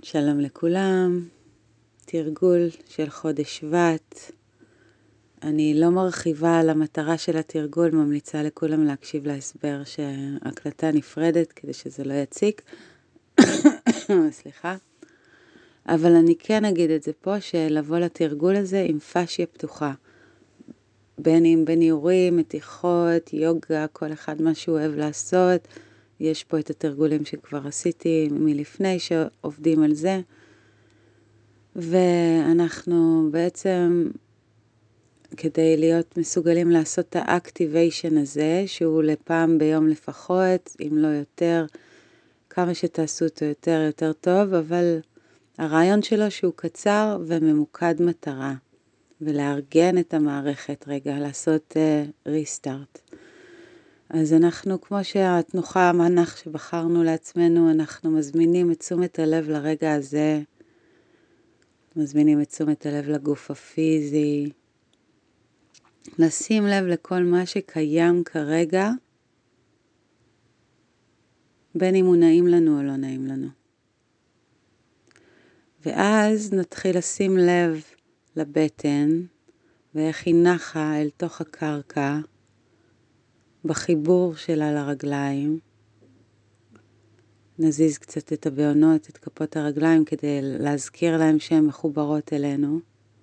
שלום לכולם, תרגול של חודש שבט. אני לא מרחיבה על המטרה של התרגול, ממליצה לכולם להקשיב להסבר שהקלטה נפרדת כדי שזה לא יציק. סליחה. אבל אני כן אגיד את זה פה, שלבוא לתרגול הזה עם פשיה פתוחה. בין אם בניורים, מתיחות, יוגה, כל אחד מה שהוא אוהב לעשות. יש פה את התרגולים שכבר עשיתי מלפני שעובדים על זה. ואנחנו בעצם, כדי להיות מסוגלים לעשות את האקטיביישן הזה, שהוא לפעם ביום לפחות, אם לא יותר, כמה שתעשו אותו יותר טוב, אבל הרעיון שלו שהוא קצר וממוקד מטרה, ולארגן את המערכת רגע, לעשות ריסטארט. אז אנחנו, כמו שהתנוחה המנח שבחרנו לעצמנו, אנחנו מזמינים את תשומת הלב לרגע הזה, מזמינים את תשומת הלב לגוף הפיזי, לשים לב לכל מה שקיים כרגע, בין אם הוא נעים לנו או לא נעים לנו. ואז נתחיל לשים לב לבטן, ואיך היא נחה אל תוך הקרקע, בחיבור שלה לרגליים. נזיז קצת את הבעונות, את כפות הרגליים, כדי להזכיר להם שהן מחוברות אלינו.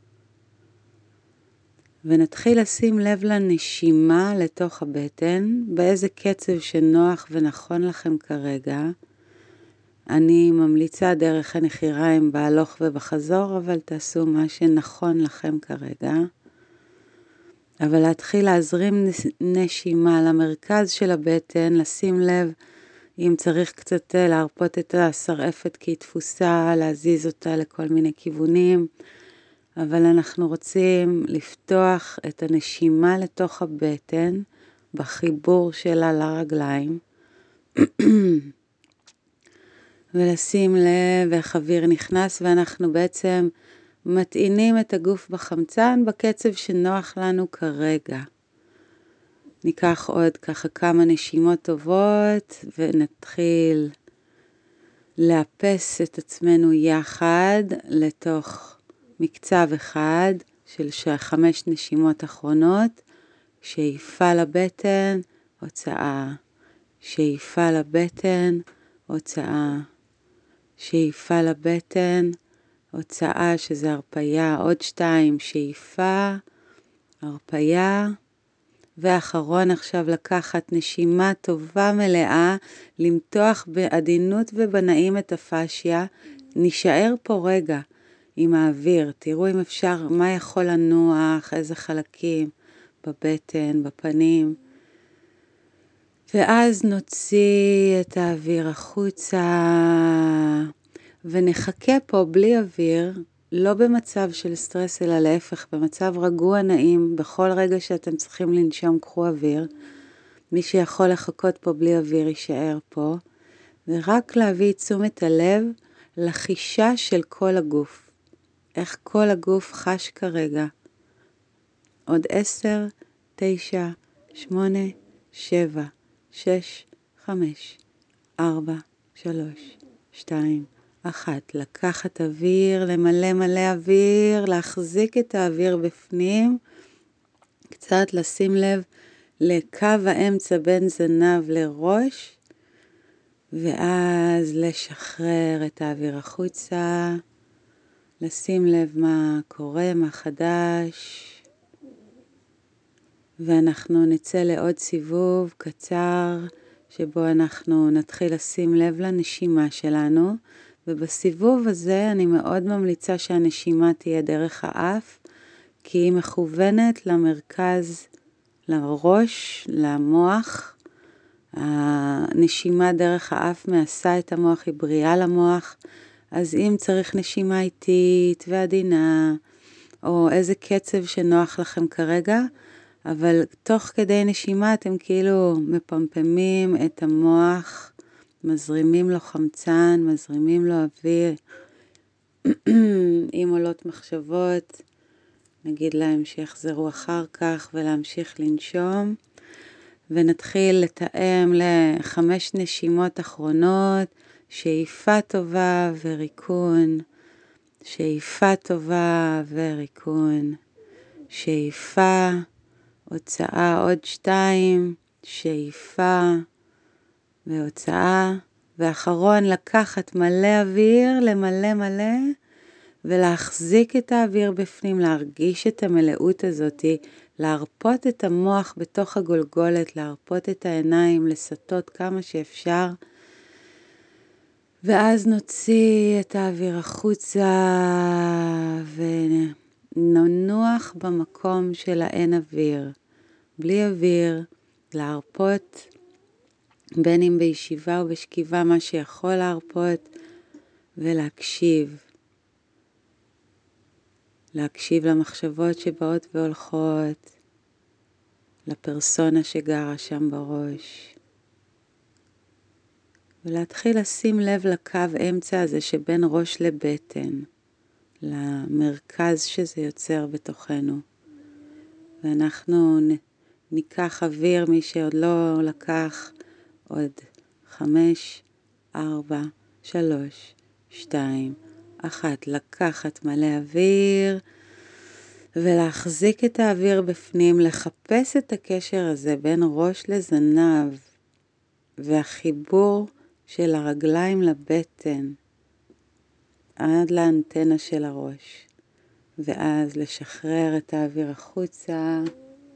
ונתחיל לשים לב לנשימה לתוך הבטן, באיזה קצב שנוח ונכון לכם כרגע. אני ממליצה דרך הנחיריים בהלוך ובחזור, אבל תעשו מה שנכון לכם כרגע. אבל להתחיל להזרים נשימה למרכז של הבטן, לשים לב אם צריך קצת להרפות את השרעפת כי היא תפוסה, להזיז אותה לכל מיני כיוונים. אבל אנחנו רוצים לפתוח את הנשימה לתוך הבטן, בחיבור שלה לרגליים, ולשים לב איך אוויר נכנס, ואנחנו בעצם מטעינים את הגוף בחמצן בקצב שנוח לנו כרגע. ניקח עוד ככה כמה נשימות טובות, ונתחיל לאפס את עצמנו יחד לתוך מקצב אחד של 5 נשימות אחרונות, שאיפה לבטן, הוצאה, שאיפה לבטן, הוצאה, שאיפה לבטן, הוצאה שזה הרפיה, עוד 2, שאיפה, הרפיה, ואחרון עכשיו לקחת נשימה טובה מלאה, למתוח בעדינות ובנעים את הפשיה, נשאר פה רגע עם האוויר, תראו אם אפשר, מה יכול לנוח, איזה חלקים, בבטן, בפנים, ואז נוציא את האוויר החוצה, ונחכה פה בלי אוויר, לא במצב של סטרס, אלא להפך, במצב רגוע נעים, בכל רגע שאתם צריכים לנשום, קחו אוויר, מי שיכול לחכות פה בלי אוויר יישאר פה, ורק להביא תשומת הלב לחישה של כל הגוף, איך כל הגוף חש כרגע, עוד 10, 9, 8, 7, 6, 5, 4, 3, 2, 1. לקחת אוויר, למלא מלא אוויר, להחזיק את האוויר בפנים, קצת לשים לב לקו האמצע בין זנב לראש, ואז לשחרר את האוויר החוצה, לשים לב מה קורה, מה חדש, ואנחנו נצא לעוד סיבוב קצר, שבו אנחנו נתחיל לשים לב לנשימה שלנו, ובסיבוב הזה אני מאוד ממליצה שהנשימה תהיה דרך האף, כי היא מכוונת למרכז, לראש, למוח. הנשימה דרך האף מעשה את המוח, היא בריאה למוח, אז אם צריך נשימה איטית ועדינה, או איזה קצב שנוח לכם כרגע, אבל תוך כדי נשימה אתם כאילו מפמפמים את המוח, מזרימים לו חמצן, מזרימים לו אוויר. אם עולות מחשבות, נגיד להם שיחזרו אחר כך ולהמשיך לנשום. ונתחיל לתאם ל5 נשימות אחרונות, שאיפה טובה וריקון, שאיפה טובה וריקון, שאיפה, הוצאה עוד 2, שאיפה והוצאה, ואחרון לקחת מלא אוויר, למלא מלא, ולהחזיק את האוויר בפנים, להרגיש את המלאות הזאת, להרפות את המוח בתוך הגולגולת, להרפות את העיניים, לסטות כמה שאפשר, ואז נוציא את האוויר החוצה, וננוח במקום של האין אוויר, בלי אוויר, להרפות, בין אם בישיבה או בשכיבה, מה שיכול להרפות, ולהקשיב. להקשיב למחשבות שבאות והולכות, לפרסונה שגרה שם בראש. ולהתחיל לשים לב לקו אמצע הזה שבין ראש לבטן, למרכז שזה יוצר בתוכנו. ואנחנו ניקח אוויר, מי שעוד לא לקח, עוד 5, 4, 3, 2, 1. לקחת מלא אוויר, ולהחזיק את האוויר בפנים, לחפש את הקשר הזה בין ראש לזנב, והחיבור של הרגליים לבטן, עד לאנטנה של הראש. ואז לשחרר את האוויר החוצה,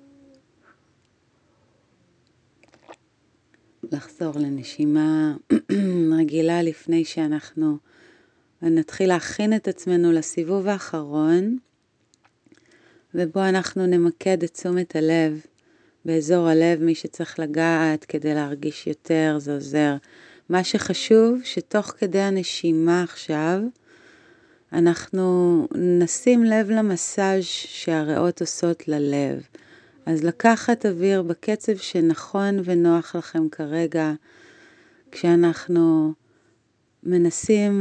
לחזור לנשימה רגילה לפני שאנחנו נתחיל להכין את עצמנו לסיבוב האחרון, ובו אנחנו נמקד את תשומת הלב באזור הלב. מי שצריך לגעת כדי להרגיש יותר, זה עוזר. מה שחשוב שתוך כדי הנשימה עכשיו אנחנו נשים לב למסאז' שהריאות עושות ללב. אז לקחת אוויר בקצב שנכון ונוח לכם כרגע, כשאנחנו מנסים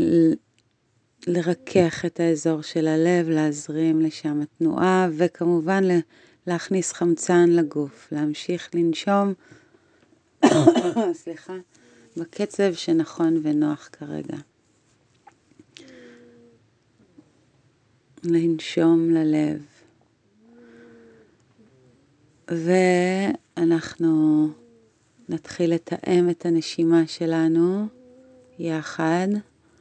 לרכך את האזור של הלב, להזרים לשם התנועה, וכמובן להכניס חמצן לגוף, להמשיך לנשום, סליחה, בקצב שנכון ונוח כרגע. לנשום ללב. ואנחנו נתחיל לתאם את הנשימה שלנו יחד.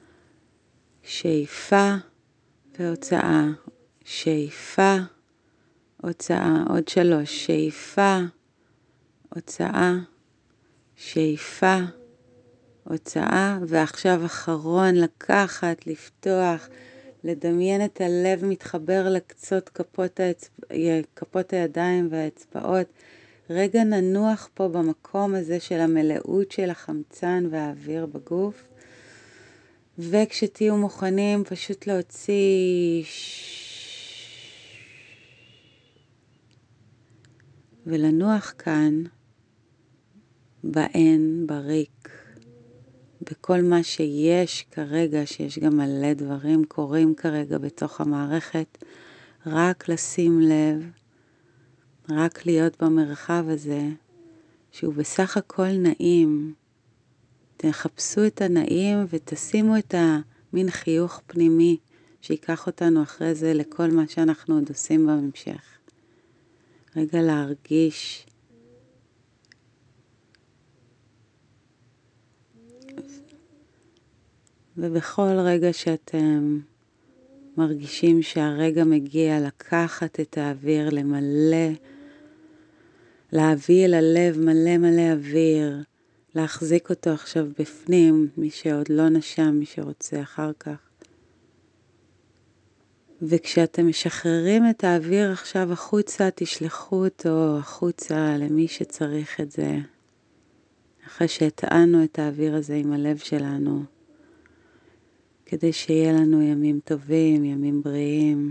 שאיפה והוצאה. שאיפה, הוצאה. עוד 3. שאיפה, הוצאה. שאיפה, הוצאה. ועכשיו אחרון, לקחת, לפתוח, לדמיין את הלב מתחבר לקצות כפות הידיים והאצבעות. רגע ננוח פה במקום הזה של המלאות של החמצן והאוויר בגוף. וכשתהיו מוכנים פשוט להוציא ולנוח כאן באין, בריק, בכל מה שיש כרגע, שיש גם מלא דברים קורים כרגע בתוך המערכת. רק לשים לב, רק להיות במרחב הזה, שהוא בסך הכל נעים. תחפשו את הנעים ותשימו את המין חיוך פנימי, שיקח אותנו אחרי זה לכל מה שאנחנו עוד עושים בהמשך. רגע להרגיש. ובכל רגע שאתם מרגישים שהרגע מגיע, לקחת את האוויר, למלא, להביא אל הלב מלא מלא אוויר, להחזיק אותו עכשיו בפנים, מי שעוד לא נשם, מי שרוצה אחר כך. וכשאתם משחררים את האוויר עכשיו החוצה, תשלחו אותו החוצה למי שצריך את זה. אחרי שהטענו את האוויר הזה עם הלב שלנו, כדי שיהיה לנו ימים טובים, ימים בריאים.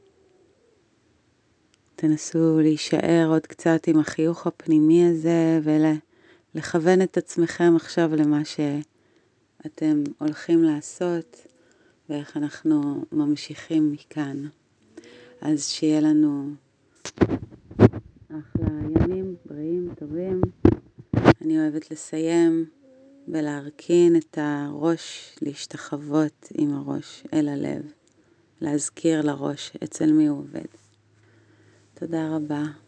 תנסו להישאר עוד קצת עם החיוך הפנימי הזה, ולכוון את עצמכם עכשיו למה שאתם הולכים לעשות, ואיך אנחנו ממשיכים מכאן. אז שיהיה לנו אחלה ימים בריאים. טובים. אני אוהבת לסיים ולהרכין את הראש, להשתחוות עם הראש אל הלב, להזכיר לראש אצל מי הוא עובד. תודה רבה.